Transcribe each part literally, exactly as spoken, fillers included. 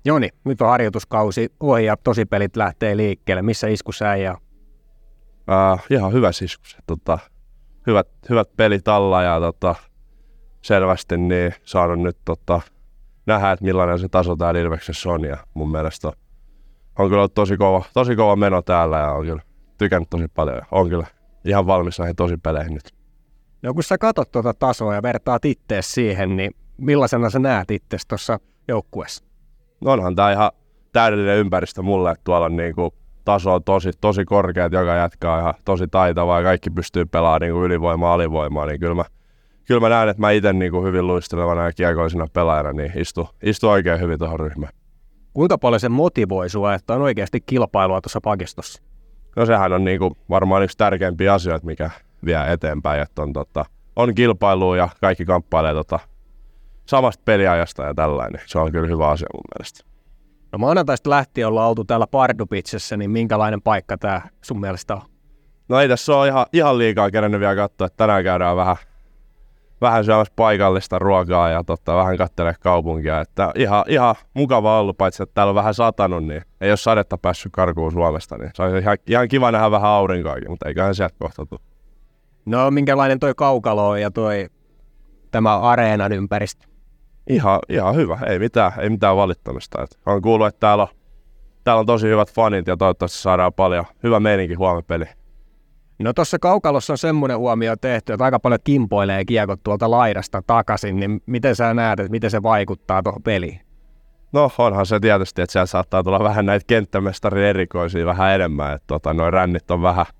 Joni, nyt on harjoituskausi ohi ja tosipelit lähtee liikkeelle. Missä iskussa äijä on? Uh, ihan hyvä iskus. Tota, hyvät, hyvät pelit alla ja tota, selvästi niin saanut nyt tota, nähdä, että millainen se taso täällä Ilveksessä on. Ja mun mielestä on, on kyllä ollut tosi kova, tosi kova meno täällä ja on kyllä tykännyt tosi paljon. Ja on kyllä ihan valmis näihin tosipeleihin nyt. No kun sä katot tuota tasoa ja vertaat ittees siihen, niin millaisena sä näet ittees tuossa joukkueessa? No onhan tää ihan täydellinen ympäristö mulle, että tuolla on niinku taso on tosi, tosi korkea, että joka jätkä ihan tosi taitavaa ja kaikki pystyy pelaamaan niinku ylivoimaa, alivoimaa, niin kyllä mä, kyllä mä näen, että mä itse niinku hyvin luistelevana ja kiekollisena pelaajana niin istu, istu oikein hyvin tuohon ryhmään. Kuinka paljon se motivoi sua, että on oikeasti kilpailua tuossa pakistossa? No sehän on niinku varmaan yksi tärkeimpiä asioita, mikä vie eteenpäin, että on, tota, on kilpailua ja kaikki kamppailee tota, samasta peliajasta ja tällainen. Se on kyllä hyvä asia mun mielestä. No maanantaista lähtien ollaan oltu täällä Pardubicessa, niin minkälainen paikka tää sun mielestä on? No ei tässä ole ihan, ihan liikaa kerennyt vielä katsoa, että tänään käydään vähän, vähän syömässä paikallista ruokaa ja tota, vähän katselee kaupunkia. Että ihan, ihan mukava ollut, paitsi että täällä on vähän satanut, niin ei ole sadetta päässyt karkuun Suomesta. Niin se on ihan, ihan kiva nähdä vähän aurinkoakin, mutta eiköhän sieltä kohta tule. No minkälainen toi kaukalo ja toi tämä areenan ympäristö? Ihan, ihan hyvä, ei mitään, ei mitään valittamista. Et on kuullut, että täällä on, täällä on tosi hyvät fanit ja toivottavasti saadaan paljon hyvä meininki huomenna peli. No tuossa kaukalossa on semmoinen huomio tehty, että aika paljon kimpoilee kiekot tuolta laidasta takaisin, niin miten sä näet, että miten se vaikuttaa tuohon peliin? No onhan se tietysti, että siellä saattaa tulla vähän näitä kenttämestarin erikoisia vähän enemmän, että tota, noi rännit on vähän,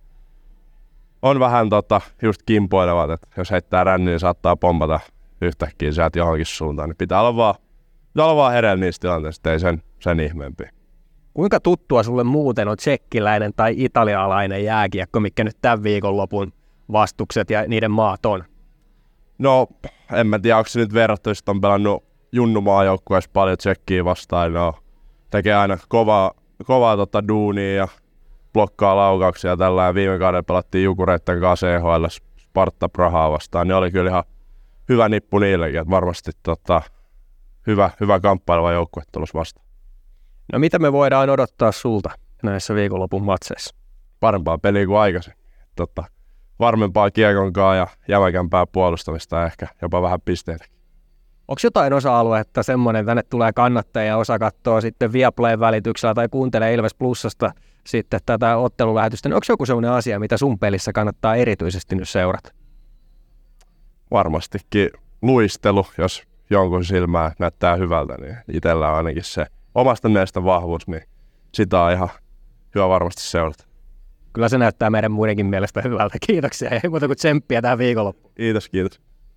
on vähän tota, just kimpoilevat, että jos heittää ränni, niin saattaa pompata yhtäkkiä sieltä johonkin suuntaan, niin pitää olla vaan, pitää olla vaan hereillä niissä tilanteissa, ei sen, sen ihmeempiä. Kuinka tuttua sulle muuten on tsekkiläinen tai italialainen jääkiekko, mikä nyt tämän viikonlopun vastukset ja niiden maat on? No, en mä tiedä, onko se nyt verrattu, että on pelannut junnumaajoukkueessa paljon tsekkiä vastaan, no, tekee aina kovaa, kovaa tota duunia ja blokkaa laukauksia ja tällä, ja viime kaudella pelattiin Jukureitten kanssa C H L Sparta Prahaa vastaan, niin oli kyllä ihan hyvä nippu niillekin, että varmasti tota, hyvä, hyvä kamppaileva joukkue tulossa vastaan. No mitä me voidaan odottaa sulta näissä viikonlopun matseissa? Parempaa peliä kuin aikaisemmin. Tota, varmempaa kiekonkaa ja jämäkämpää puolustamista ja ehkä jopa vähän pisteitäkin. Onko jotain osa-aluetta semmoinen, tänne tulee kannattajia ja osa katsoo sitten Viaplayn välityksellä tai kuuntelee Ilves Plusasta sitten tätä ottelulähetystä, niin onko joku semmoinen asia, mitä sun pelissä kannattaa erityisesti nyt seurata? Varmastikin luistelu, jos jonkun silmää näyttää hyvältä, niin itsellä on ainakin se omasta mielestä vahvuus, niin sitä on ihan hyvä varmasti seurata. Kyllä se näyttää meidän muidenkin mielestä hyvältä. Kiitoksia ja ei muuta kuin tsemppiä tähän viikonloppuun. Kiitos, kiitos.